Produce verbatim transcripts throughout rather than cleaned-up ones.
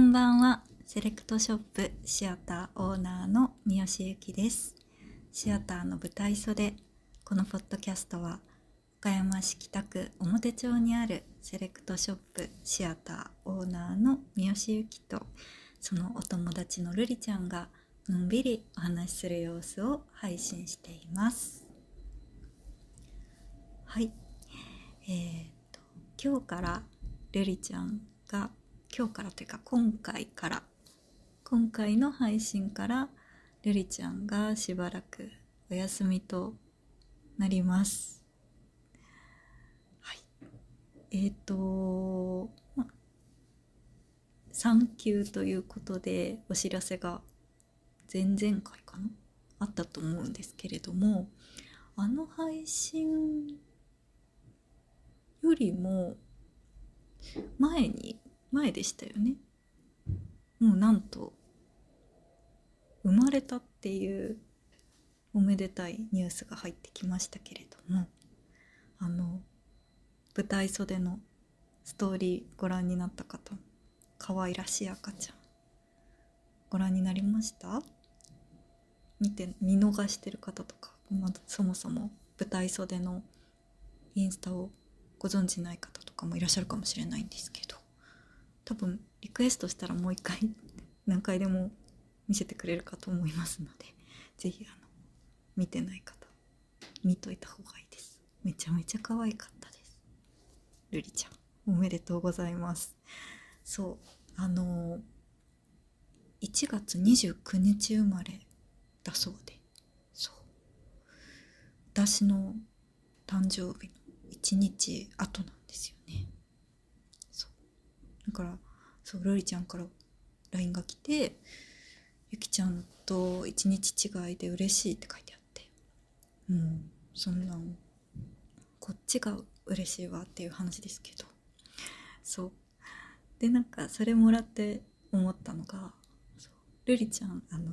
んばんは。セレクトショップシアターオーナーの三好由紀です。シアターの舞台袖。このポッドキャストは岡山市北区表町にあるセレクトショップシアターオーナーの三好由紀とそのお友達のルリちゃんがのんびりお話しする様子を配信しています。はい、えー、と今日からルリちゃんが今日からというか今回から今回の配信からルリちゃんがしばらくお休みとなります。はい。えっ、ー、と、ま、産休ということでお知らせが前々回かなあったと思うんですけれども、あの配信よりも前に前でしたよね。もうなんと生まれたっていうおめでたいニュースが入ってきましたけれども、あの舞台袖のストーリーご覧になった方、可愛らしい赤ちゃんご覧になりました？見て見逃してる方とか、まだそもそも舞台袖のインスタをご存じない方とかもいらっしゃるかもしれないんですけど、多分リクエストしたらもう一回何回でも見せてくれるかと思いますので、ぜひあの見てない方見といた方がいいです。めちゃめちゃ可愛かったです。ルリちゃんおめでとうございます。そう、あのいちがつにじゅうくにち生まれだそうで、そう私の誕生日のいちにち後なんですよね。そうだからそうルリちゃんから ライン が来て、ゆきちゃんといちにち違いで嬉しいって書いてあって、うん、そんなんこっちが嬉しいわっていう話ですけど、そうでなんかそれもらって思ったのが、ルリちゃんあの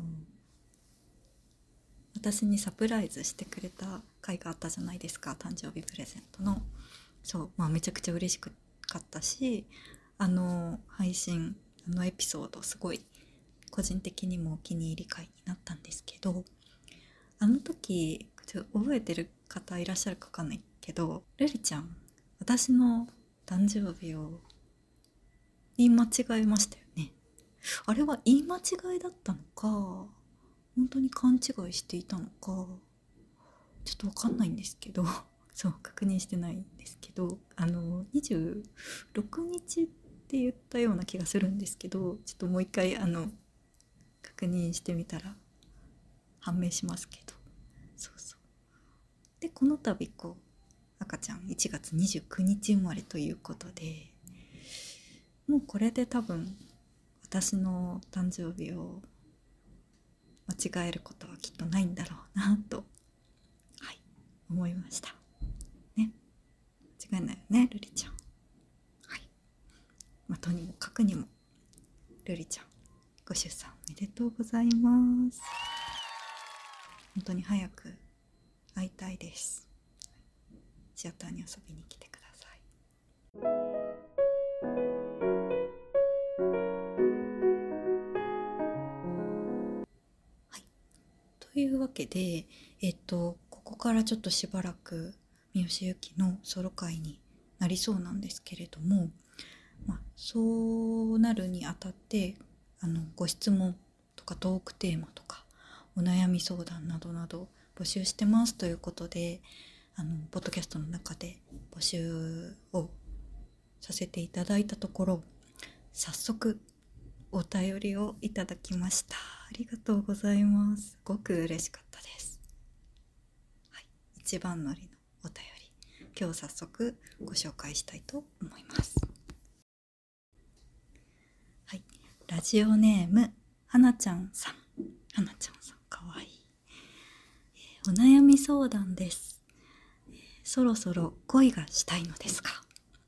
私にサプライズしてくれた回があったじゃないですか、誕生日プレゼントの。そう、まあ、めちゃくちゃ嬉しかったし、あの配信あのエピソードすごい個人的にもお気に入り回になったんですけど、あの時ちょっと覚えてる方いらっしゃるか分かんないけど、ルリちゃん私の誕生日を言い間違えましたよね。あれは言い間違いだったのか本当に勘違いしていたのかちょっと分かんないんですけどそう確認してないんですけど、あのにじゅうろくにちって言ったような気がするんですけど、ちょっともう一回あの確認してみたら判明しますけど、そうそうでこの度こう赤ちゃんいちがつにじゅうくにち生まれということで、もうこれで多分私の誕生日を間違えることはきっとないんだろうなと、はい、思いましたね。間違いないよねルリちゃん。はい、まあ、とにもかくにもルリちゃんご出産おめでとうございます。本当に早く会いたいです。シアターに遊びに来てください。はい、というわけで、えっとここからちょっとしばらく三好由紀のソロ会になりそうなんですけれども、まあ、そうなるにあたってあのご質問とかトークテーマとかお悩み相談などなど募集してますということで、あのポッドキャストの中で募集をさせていただいたところ、早速お便りをいただきました。ありがとうございます。すごく嬉しかったです。はい、一番乗りのお便り、今日早速ご紹介したいと思います。はい、ラジオネームはなちゃんさん。はなちゃんさんかわいい。お悩み相談です。そろそろ恋がしたいのですが、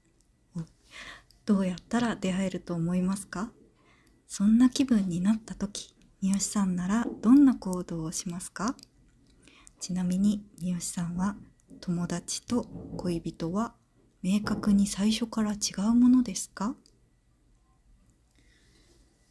どうやったら出会えると思いますか？そんな気分になった時、三好さんならどんな行動をしますか？ちなみに三好さんは友達と恋人は明確に最初から違うものですか？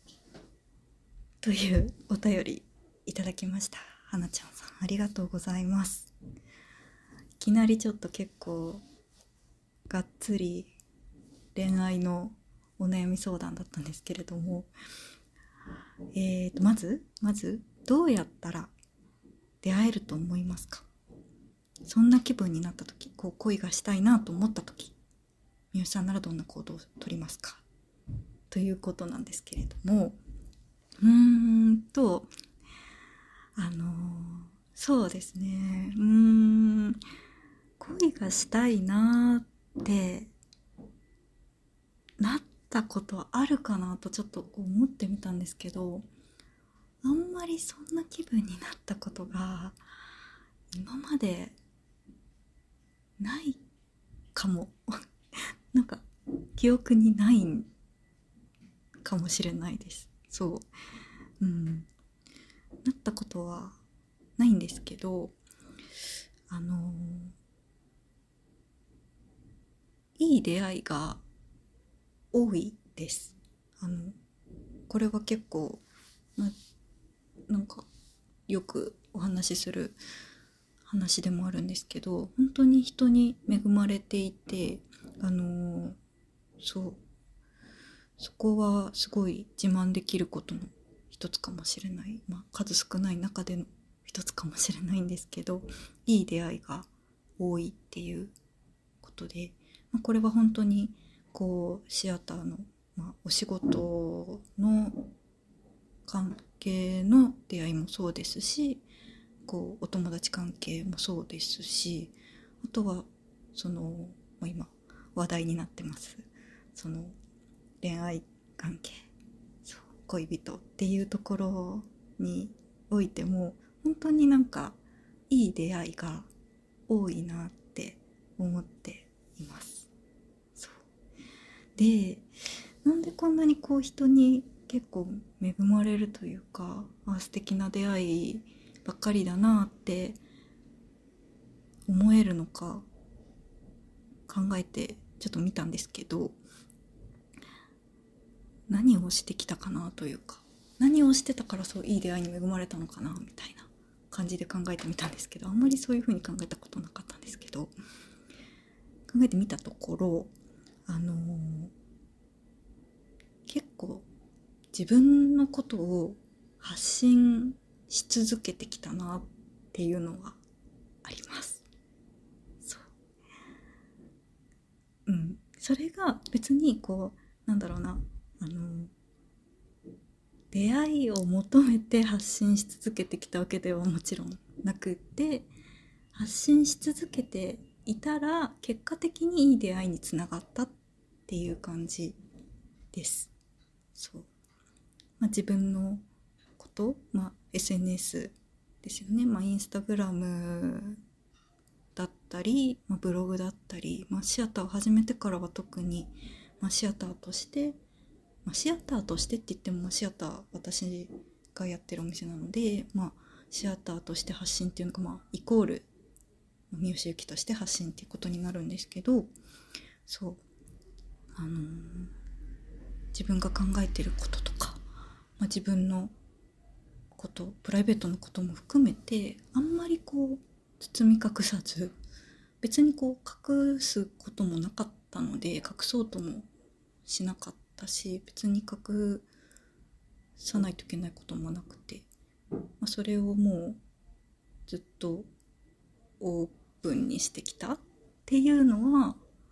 というお便りいただきました。花ちゃんさんありがとうございます。いきなりちょっと結構がっつり恋愛のお悩み相談だったんですけれども、えーとまずまずどうやったら出会えると思いますか？そんな気分になった時、こう恋がしたいなと思った時、みゆさんならどんな行動をとりますか？ということなんですけれども、うーんとあのー、そうですね、うーん恋がしたいなってなったことはあるかなとちょっと思ってみたんですけど、あんまりそんな気分になったことが今までないかもなんか記憶にないかもしれないです。そう、うん、なったことはないんですけど、あのいい出会いが多いです。あのこれは結構、ま、なんかよくお話しする話でもあるんですけど、本当に人に恵まれていて、あのそうそこはすごい自慢できることの一つかもしれない、まあ、数少ない中での一つかもしれないんですけど、いい出会いが多いっていうことで、まあ、これは本当にこうシアターの、まあ、お仕事の関係の出会いもそうですし、こうお友達関係もそうですし、あとはその、まあ、今話題になってますその恋愛関係、そう恋人っていうところにおいても本当になんかいい出会いが多いなって思っています。そうで、なんでこんなにこう人に結構恵まれるというか、あ素敵な出会いばっかりだなって思えるのか考えてちょっと見たんですけど、何をしてきたかなというか、何をしてたからそういい出会いに恵まれたのかなみたいな感じで考えてみたんですけど、あんまりそういう風に考えたことなかったんですけど、考えてみたところ、あのー、結構自分のことを発信し続けてきたなっていうのはあります。そう、うん、それが別にこうなんだろうな、あの出会いを求めて発信し続けてきたわけではもちろんなくって、発信し続けていたら結果的にいい出会いにつながったっていう感じです。そう、まあ、自分のこと、まあ、エスエヌエス ですよね、まあ、インスタグラムだったり、まあ、ブログだったり、まあ、シアターを始めてからは特に、まあ、シアターとしてまあ、シアターとしてって言ってもシアター私がやってるお店なので、まあ、シアターとして発信っていうのが、まあ、イコール三好由紀として発信っていうことになるんですけど、そう、あのー、自分が考えてることとか、まあ、自分のことプライベートのことも含めてあんまりこう包み隠さず、別にこう隠すこともなかったので隠そうともしなかったし、別に隠さないといけないこともなくて、まあ、それをもうずっとオープンにしてきたっていうのは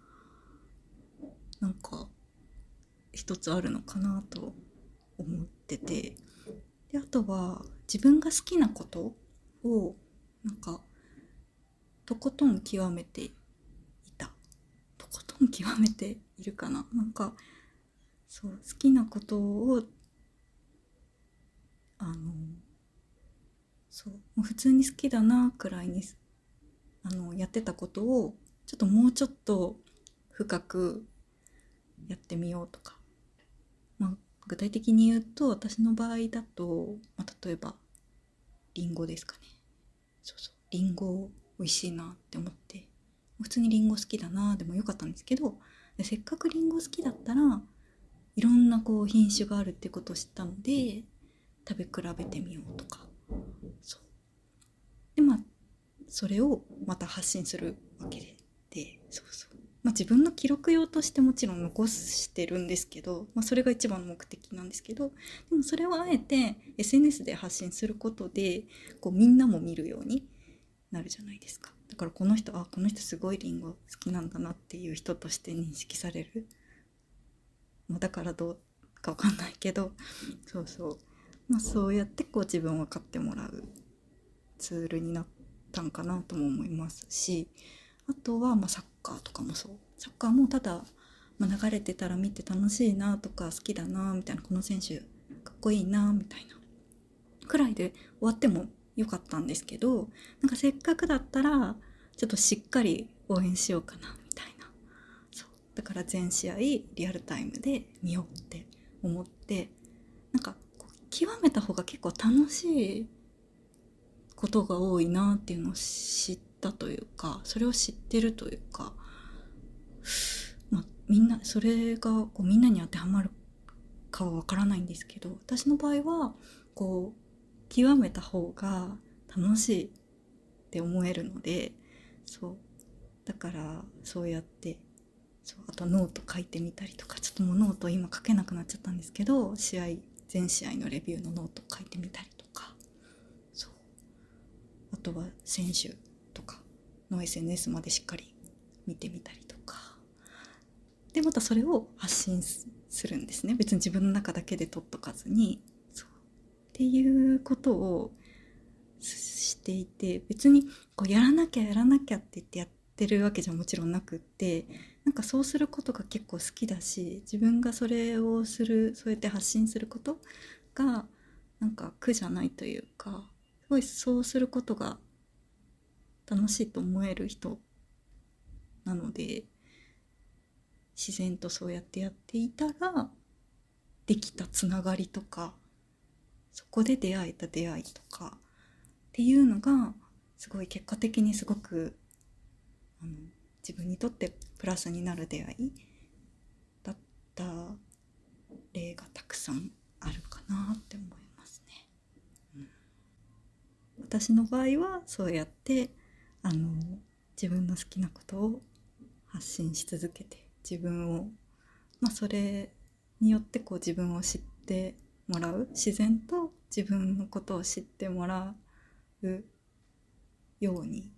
なんか一つあるのかなと思ってて、であとは自分が好きなことをなんかとことん極めていた、とことん極めているかな、なんかそう好きなことをあのそうもう普通に好きだなくらいにあのやってたことをちょっともうちょっと深くやってみようとか、まあ、具体的に言うと私の場合だと、まあ、例えばリンゴですかね。そうそう、リンゴ美味しいなって思って、普通にリンゴ好きだなでもよかったんですけど、でせっかくリンゴ好きだったらいろんなこう品種があるってことを知ったので、 食べ比べてみようとか、そうでまあそれをまた発信するわけで、でそうそう、まあ、自分の記録用としてもちろん残してるんですけど、まあ、それが一番の目的なんですけど、でもそれをあえて エスエヌエス で発信することでこうみんなも見るようになるじゃないですか。だからこの人あこの人すごいリンゴ好きなんだなっていう人として認識される、まあ、だからどうかわかんないけど、そうそう、まあ、そうやってこう自分を分かってもらうツールになったんかなとも思いますし、あとはまあサッカーとかもそう、サッカーもただ、まあ、流れてたら見て楽しいなとか好きだなみたいな、この選手かっこいいなみたいなくらいで終わってもよかったんですけど、なんかせっかくだったらちょっとしっかり応援しようかなみたいな、そうだから全試合リアルタイムで見ようって思って、なんかこう極めた方が結構楽しいことが多いなっていうのを知ったというか、それを知ってるというか、まあ、みんなそれがこうみんなに当てはまるかはわからないんですけど、私の場合はこう極めた方が楽しいって思えるので、そうだからそうやって、そうあとノート書いてみたりとか、ちょっともうノート今書けなくなっちゃったんですけど、試合全試合のレビューのノート書いてみたりとか、そうあとは選手とかの エスエヌエス までしっかり見てみたりとかで、またそれを発信するんですね。別に自分の中だけで取っとかずに、そうっていうことをしていて、別にこうやらなきゃやらなきゃって言ってやってるわけじゃもちろんなくって、なんかそうすることが結構好きだし、自分がそれをする、そうやって発信することがなんか苦じゃないというか、すごいそうすることが楽しいと思える人なので、自然とそうやってやっていたらできたつながりとか、そこで出会えた出会いとかっていうのがすごい結果的にすごくあの自分にとってプラスになる出会いだった例がたくさんあるかなって思いますね。うん、私の場合はそうやってあの自分の好きなことを発信し続けて、自分を、まあ、それによってこう自分を知ってもらう、自然と自分のことを知ってもらうように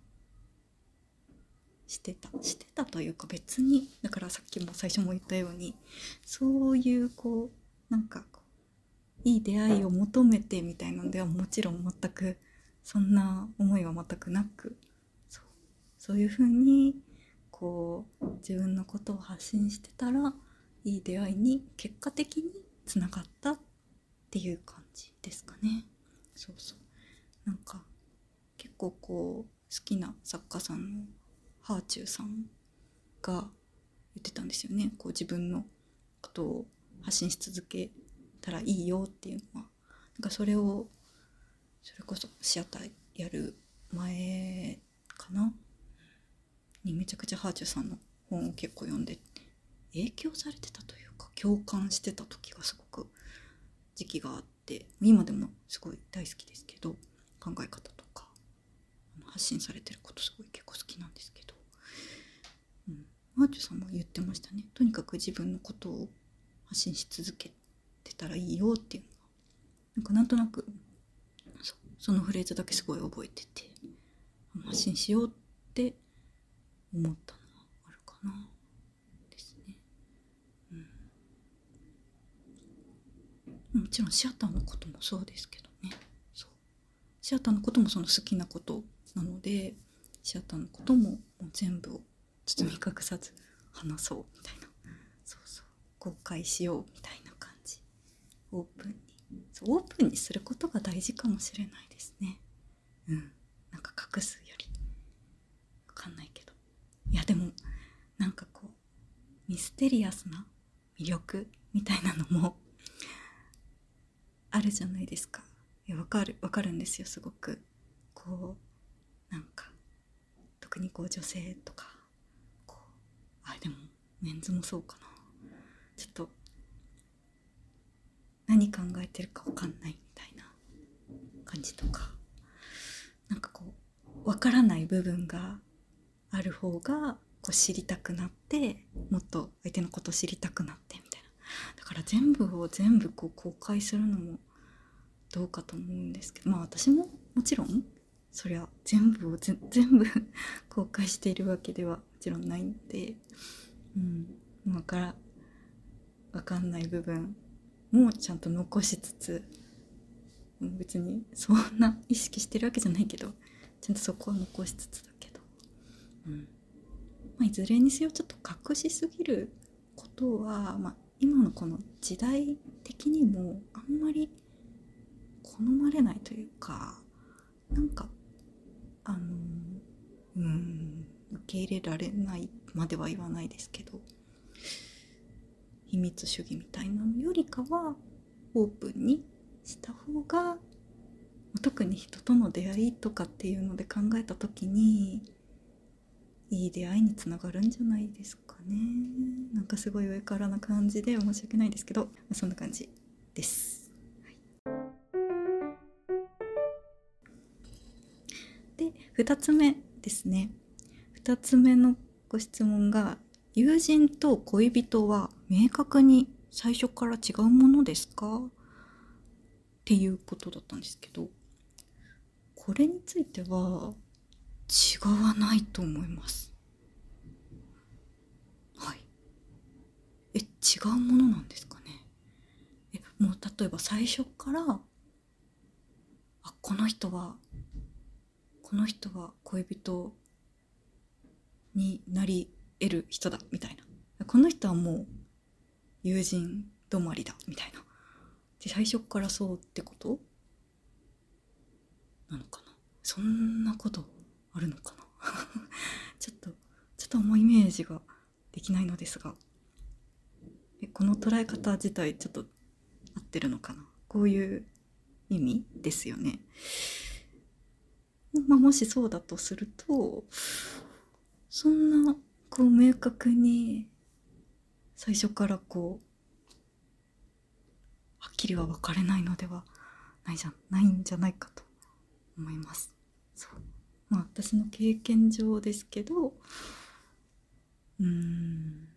してたしてたというか、別にだからさっきも最初も言ったように、そういうこうなんかこういい出会いを求めてみたいなのではもちろん全くそんな思いは全くなく、そうそういうふうにこう自分のことを発信してたらいい出会いに結果的につながったっていう感じですかね。そうそう、なんか結構こう好きな作家さんのハーチューさんが言ってたんですよね。こう自分のことを発信し続けたらいいよっていうのは、なんかそれをそれこそシアターやる前かなにめちゃくちゃハーチューさんの本を結構読んで影響されてたというか共感してた時がすごく時期があって、今でもすごい大好きですけど、考え方とか発信されてることすごい結構好きなんですけど、うん、ハーチューさんも言ってましたね。とにかく自分のことを発信し続けてたらいいよっていうのが、なんかなんとなく そ, そのフレーズだけすごい覚えてて、発信しようって思ったのはあるかなですね。うん、もちろんシアターのこともそうですけどね。そうシアターのこともその好きなことなので、シアターのことももう全部を包み隠さず話そうみたいな、そうそう公開しようみたいな感じ、オープンに、そうオープンにすることが大事かもしれないですね。うん、なんか隠すより、わかんないけど、いやでもなんかこうミステリアスな魅力みたいなのもあるじゃないですか。いやわかるわかるんですよ、すごく。こうなんか特にこう女性とかこう、あでもメンズもそうかな、ちょっと何考えてるかわかんないみたいな感じとか、なんかこうわからない部分がある方がこう知りたくなって、もっと相手のことを知りたくなってみたいな。だから全部を全部こう公開するのもどうかと思うんですけど、まあ私ももちろんそりゃ全部を全部公開しているわけではもちろんないんで、うん、今から分かんない部分もちゃんと残しつつ、別にそんな意識してるわけじゃないけど、ちゃんとそこは残しつつだけど、うん、まあ、いずれにせよちょっと隠しすぎることは、まあ、今のこの時代的にもあんまり好まれないというか、なんかあのうん受け入れられないまでは言わないですけど、秘密主義みたいなのよりかはオープンにした方が、特に人との出会いとかっていうので考えた時にいい出会いにつながるんじゃないですかね。なんかすごい上からな感じで申し訳ないですけど、そんな感じです、はい、でふたつめですね。ふたつめのご質問が、友人と恋人は明確に最初から違うものですかっていうことだったんですけど、これについては違わないと思います。はい。え、違うものなんですかね。え、もう例えば最初からあ、この人はこの人は恋人になり得る人だみたいな、この人はもう友人止まりだみたいな、で最初からそうってことなのかな。そんなことあるのかなちょっとちょっとあんまイメージができないのですが、えこの捉え方自体ちょっと合ってるのかな。こういう意味ですよね。まあ、もしそうだとすると、そんなこう明確に最初からこうはっきりは分かれないのではないじゃないんじゃないかと思います。そう、まあ私の経験上ですけど、うーん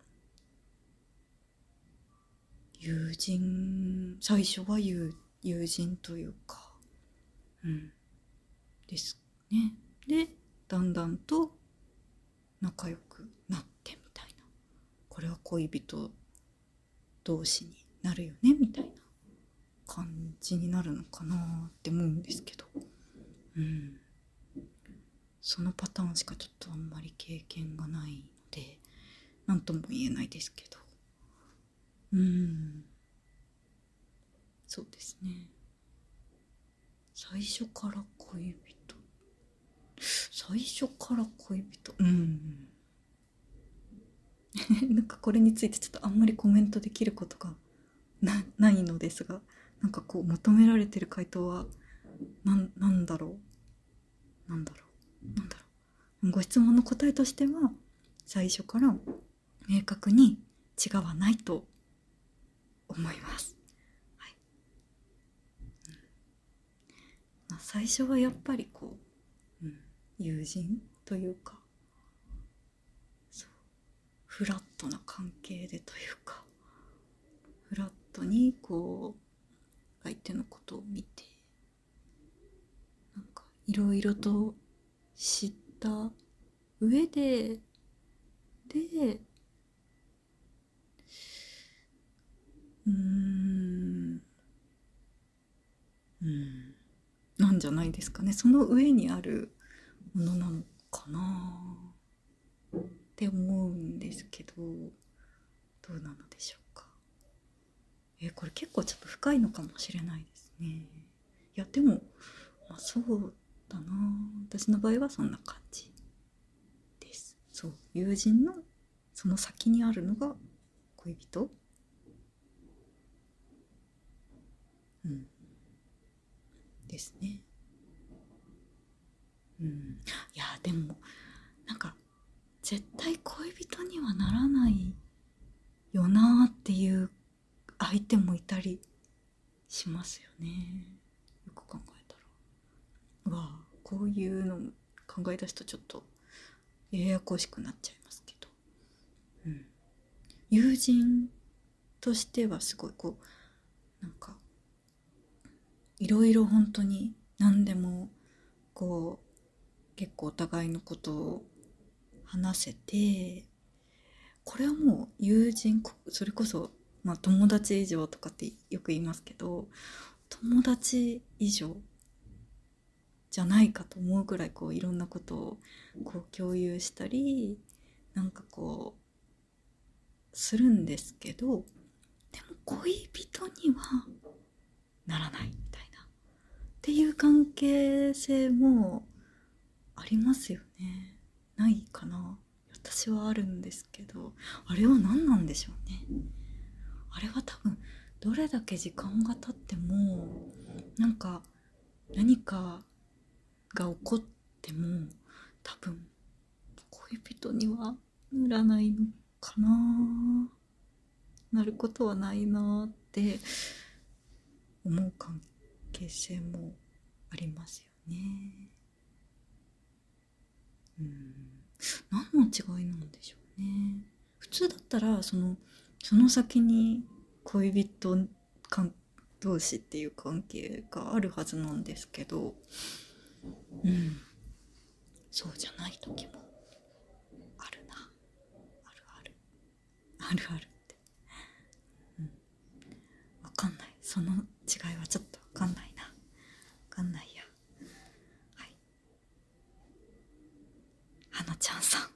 友人、最初は友友人というか、うんですね。でだんだんと仲良くなってみたいな、これは恋人同士になるよねみたいな感じになるのかなって思うんですけど、うんそのパターンしかちょっとあんまり経験がないので何とも言えないですけど、うんそうですね。最初から恋人最初から恋人うんなんかこれについてちょっとあんまりコメントできることが な, ないのですが、なんかこう求められてる回答はなんなんだろうなんだろうなんだろうご質問の答えとしては、最初から明確に違わないと思います、はいうんまあ、最初はやっぱりこう、うん、友人というか、そうフラットな関係でというか、フラットにこう相手のことを見て、なんかいろいろと知った上ででうーんうんなんじゃないですかね。その上にあるものなのかなって思うんですけど、どうなのでしょうか。えこれ結構ちょっと深いのかもしれないですね。いやでも、まあ、そうだな、私の場合はそんな感じです。そう友人のその先にあるのが恋人、うんですね。うんいやでもなんか絶対恋人にはならないよなっていう相手もいたりしますよね。よく考えたら。 わあこういうの考え出すとちょっとややこしくなっちゃいますけど、うん、友人としてはすごいこうなんかいろいろ本当に何でもこう結構お互いのことを話せて、これはもう友人それこそ、まあ、友達以上とかってよく言いますけど、友達以上じゃないかと思うぐらいこういろんなことをこう共有したりなんかこうするんですけど、でも恋人にはならないみたいなっていう関係性もありますよね。ないかな。私はあるんですけど、あれは何なんでしょうね。あれは多分どれだけ時間が経ってもなんか何かが起こっても多分恋人にはならないのかな。なることはないなって思う関係性もありますよね。うん、何の違いなんでしょうね。普通だったらそのその先に恋人間同士っていう関係があるはずなんですけど、うん、そうじゃない時もあるな。あるあるあるあるって、うん、分かんない。その違いはちょっと分かんないな。分かんないや。はい、花ちゃんさん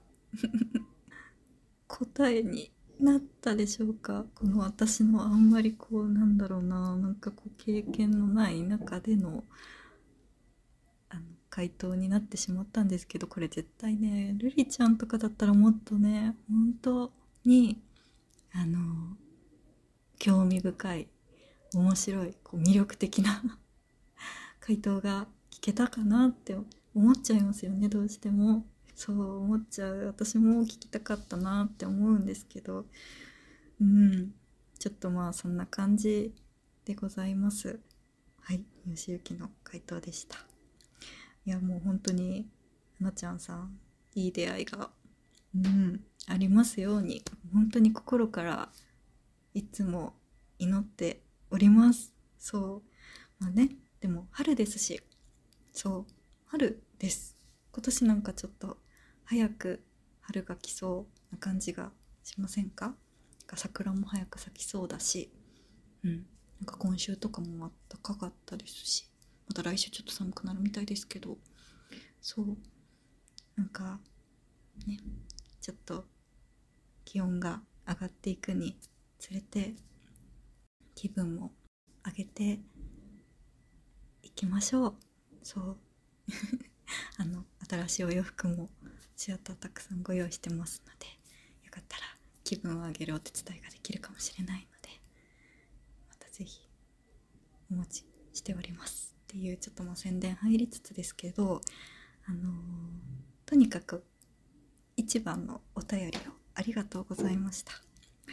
答えになったでしょうか。この私のあんまりこうなんだろうな、なんかこう経験のない中でのあの回答になってしまったんですけど、これ絶対ねルリちゃんとかだったらもっとね本当にあの興味深い面白いこう魅力的な回答が聞けたかなって思っちゃいますよね。どうしてもそう思っちゃう。私も聞きたかったなって思うんですけど、うんちょっとまあそんな感じでございます。はい、よしゆきの回答でした。いやもう本当になちゃんさんいい出会いが、うん、ありますように本当に心からいつも祈っております。そうまあね、でも春ですし、そう春です。今年なんかちょっと早く春が来そうな感じがしませんか？なんか桜も早く咲きそうだし、うん、なんか今週とかも暖かかったですし、また来週ちょっと寒くなるみたいですけど、そうなんかねちょっと気温が上がっていくにつれて気分も上げていきましょう。そうあの新しいお洋服もシアターたくさんご用意してますので、よかったら気分を上げるお手伝いができるかもしれないので、またぜひお待ちしておりますっていうちょっとまあ宣伝入りつつですけど、あのー、とにかく一番のお便りをありがとうございました。はい、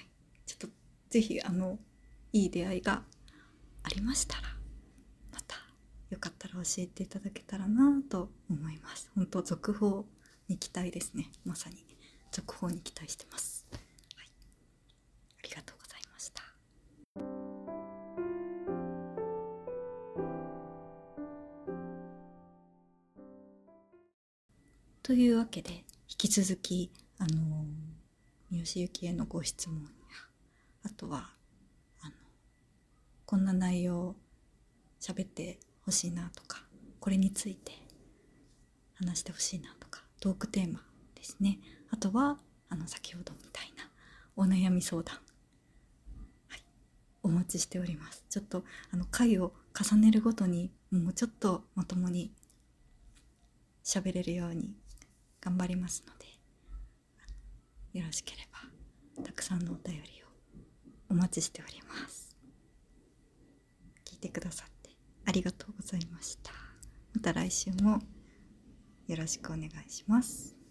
ちょっとぜひあのいい出会いがありましたらまたよかったら教えていただけたらなと思います。本当続報に期待ですね。まさに続報に期待してます。はい、ありがとうございました。というわけで引き続きあの三好由紀へのご質問や、あとはあのこんな内容喋ってほしいなとか、これについて話してほしいなとか、トークテーマですね。あとはあの先ほどみたいなお悩み相談、はい、お待ちしております。ちょっとあの回を重ねるごとにもうちょっとまともに喋れるように頑張りますので、よろしければたくさんのお便りをお待ちしております。聞いてくださってありがとうございました。また来週もよろしくお願いします。